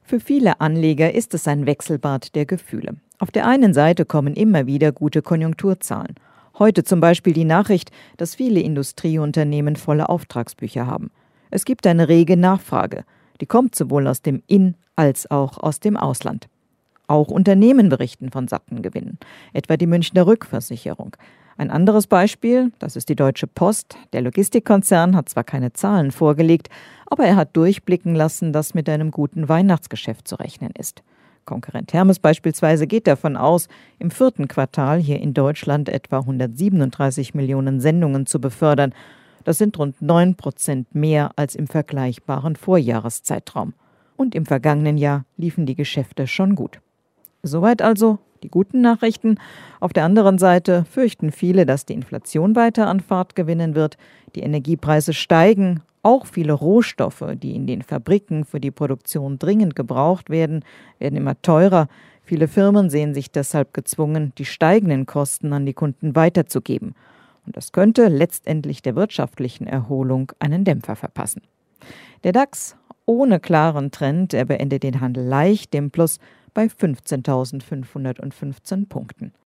Für viele Anleger ist es ein Wechselbad der Gefühle. Auf der einen Seite kommen immer wieder gute Konjunkturzahlen. Heute zum Beispiel die Nachricht, dass viele Industrieunternehmen volle Auftragsbücher haben. Es gibt eine rege Nachfrage. Die kommt sowohl aus dem In- als auch aus dem Ausland. Auch Unternehmen berichten von satten Gewinnen, etwa die Münchner Rückversicherung. Ein anderes Beispiel, das ist die Deutsche Post. Der Logistikkonzern hat zwar keine Zahlen vorgelegt, aber er hat durchblicken lassen, dass mit einem guten Weihnachtsgeschäft zu rechnen ist. Konkurrent Hermes beispielsweise geht davon aus, im 4. Quartal hier in Deutschland etwa 137 Millionen Sendungen zu befördern. Das sind rund 9% mehr als im vergleichbaren Vorjahreszeitraum. Und im vergangenen Jahr liefen die Geschäfte schon gut. Soweit also die guten Nachrichten. Auf der anderen Seite fürchten viele, dass die Inflation weiter an Fahrt gewinnen wird. Die Energiepreise steigen. Auch viele Rohstoffe, die in den Fabriken für die Produktion dringend gebraucht werden, werden immer teurer. Viele Firmen sehen sich deshalb gezwungen, die steigenden Kosten an die Kunden weiterzugeben. Und das könnte letztendlich der wirtschaftlichen Erholung einen Dämpfer verpassen. Der DAX ohne klaren Trend, er beendet den Handel leicht im Plus bei 15.515 Punkten.